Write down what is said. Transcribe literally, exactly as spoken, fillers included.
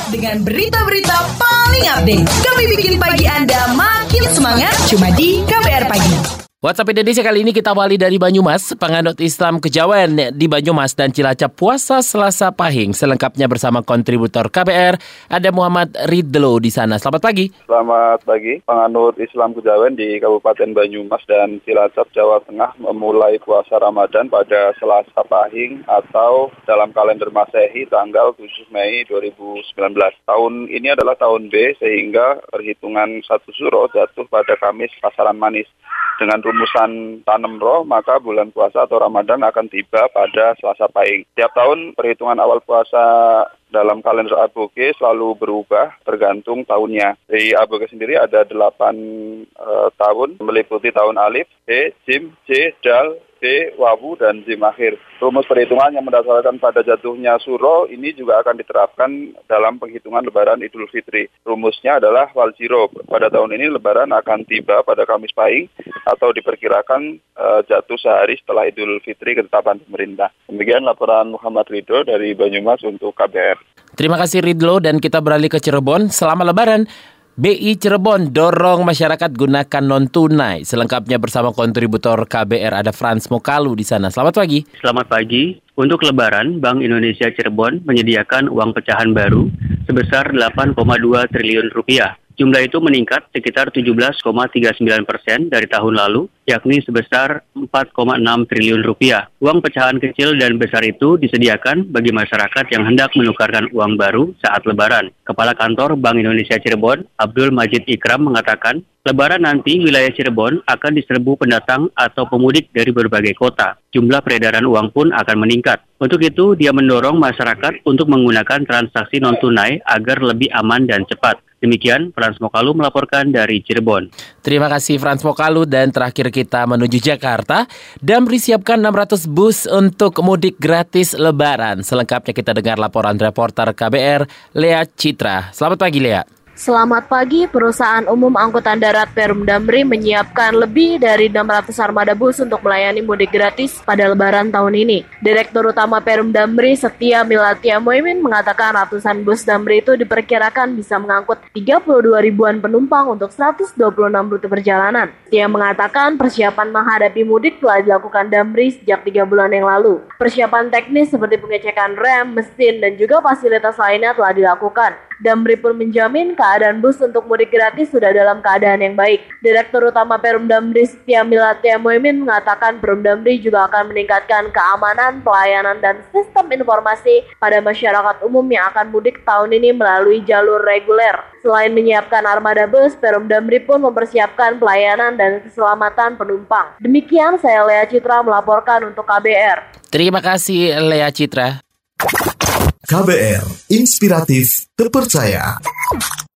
dengan berita-berita paling update. Kami bikin pagi Anda makin semangat cuma di K B R Pagi. WhatsApp Indonesia kali ini kita awali dari Banyumas. Penganut Islam Kejawen di Banyumas dan Cilacap puasa Selasa Pahing. Selengkapnya bersama kontributor K B R, ada Muhammad Ridlo di sana. Selamat pagi. Selamat pagi. Penganut Islam Kejawen di Kabupaten Banyumas dan Cilacap, Jawa Tengah memulai puasa Ramadan pada Selasa Pahing atau dalam kalender Masehi tanggal tujuh Mei dua ribu sembilan belas. Tahun ini adalah tahun B sehingga perhitungan satu Suro jatuh pada Kamis Pasaran Manis. Dengan rumusan tanam roh, maka bulan puasa atau Ramadan akan tiba pada Selasa Pahing. Tiap tahun perhitungan awal puasa dalam kalender A B G selalu berubah tergantung tahunnya. Di A B G sendiri ada delapan uh, tahun, meliputi tahun Alif, He, Jim, J, Dal, B, Wawu, dan Jim akhir. Rumus perhitungan yang mendasarkan pada jatuhnya Suro ini juga akan diterapkan dalam penghitungan Lebaran Idul Fitri. Rumusnya adalah Waljiro. Pada tahun ini Lebaran akan tiba pada Kamis Pahing atau diperkirakan uh, jatuh sehari setelah Idul Fitri ketetapan pemerintah. Demikian laporan Muhammad Ridlo dari Banyumas untuk K B R. Terima kasih Ridlo, dan kita beralih ke Cirebon. Selamat Lebaran. B I Cirebon dorong masyarakat gunakan non-tunai. Selengkapnya bersama kontributor K B R, ada Frans Mokalu di sana. Selamat pagi. Selamat pagi. Untuk Lebaran, Bank Indonesia Cirebon menyediakan uang pecahan baru sebesar delapan koma dua triliun rupiah. Jumlah itu meningkat sekitar tujuh belas koma tiga sembilan persen dari tahun lalu, yakni sebesar empat koma enam triliun rupiah. Uang pecahan kecil dan besar itu disediakan bagi masyarakat yang hendak menukarkan uang baru saat Lebaran. Kepala Kantor Bank Indonesia Cirebon, Abdul Majid Ikram, mengatakan, Lebaran nanti wilayah Cirebon akan diserbu pendatang atau pemudik dari berbagai kota. Jumlah peredaran uang pun akan meningkat. Untuk itu, dia mendorong masyarakat untuk menggunakan transaksi non-tunai agar lebih aman dan cepat. Demikian, Frans Mokalu melaporkan dari Cirebon. Terima kasih Frans Mokalu, dan terakhir kita menuju Jakarta. Damri siapkan enam ratus bus untuk mudik gratis Lebaran. Selengkapnya kita dengar laporan reporter K B R, Lea Citra. Selamat pagi, Lea. Selamat pagi, perusahaan umum angkutan darat Perum Damri menyiapkan lebih dari enam ratus armada bus untuk melayani mudik gratis pada Lebaran tahun ini. Direktur Utama Perum Damri, Setia Milatia Muimin, mengatakan ratusan bus Damri itu diperkirakan bisa mengangkut tiga puluh dua ribuan penumpang untuk seratus dua puluh enam rute perjalanan. Setia mengatakan persiapan menghadapi mudik telah dilakukan Damri sejak tiga bulan yang lalu. Persiapan teknis seperti pengecekan rem, mesin, dan juga fasilitas lainnya telah dilakukan. Damri pun menjamin keadaan bus untuk mudik gratis sudah dalam keadaan yang baik. Direktur Utama Perum Damri, Setia Milatia Muimin, mengatakan Perum Damri juga akan meningkatkan keamanan, pelayanan, dan sistem informasi pada masyarakat umum yang akan mudik tahun ini melalui jalur reguler. Selain menyiapkan armada bus, Perum Damri pun mempersiapkan pelayanan dan keselamatan penumpang. Demikian, saya Lea Citra melaporkan untuk K B R. Terima kasih Lea Citra. K B R, inspiratif, terpercaya.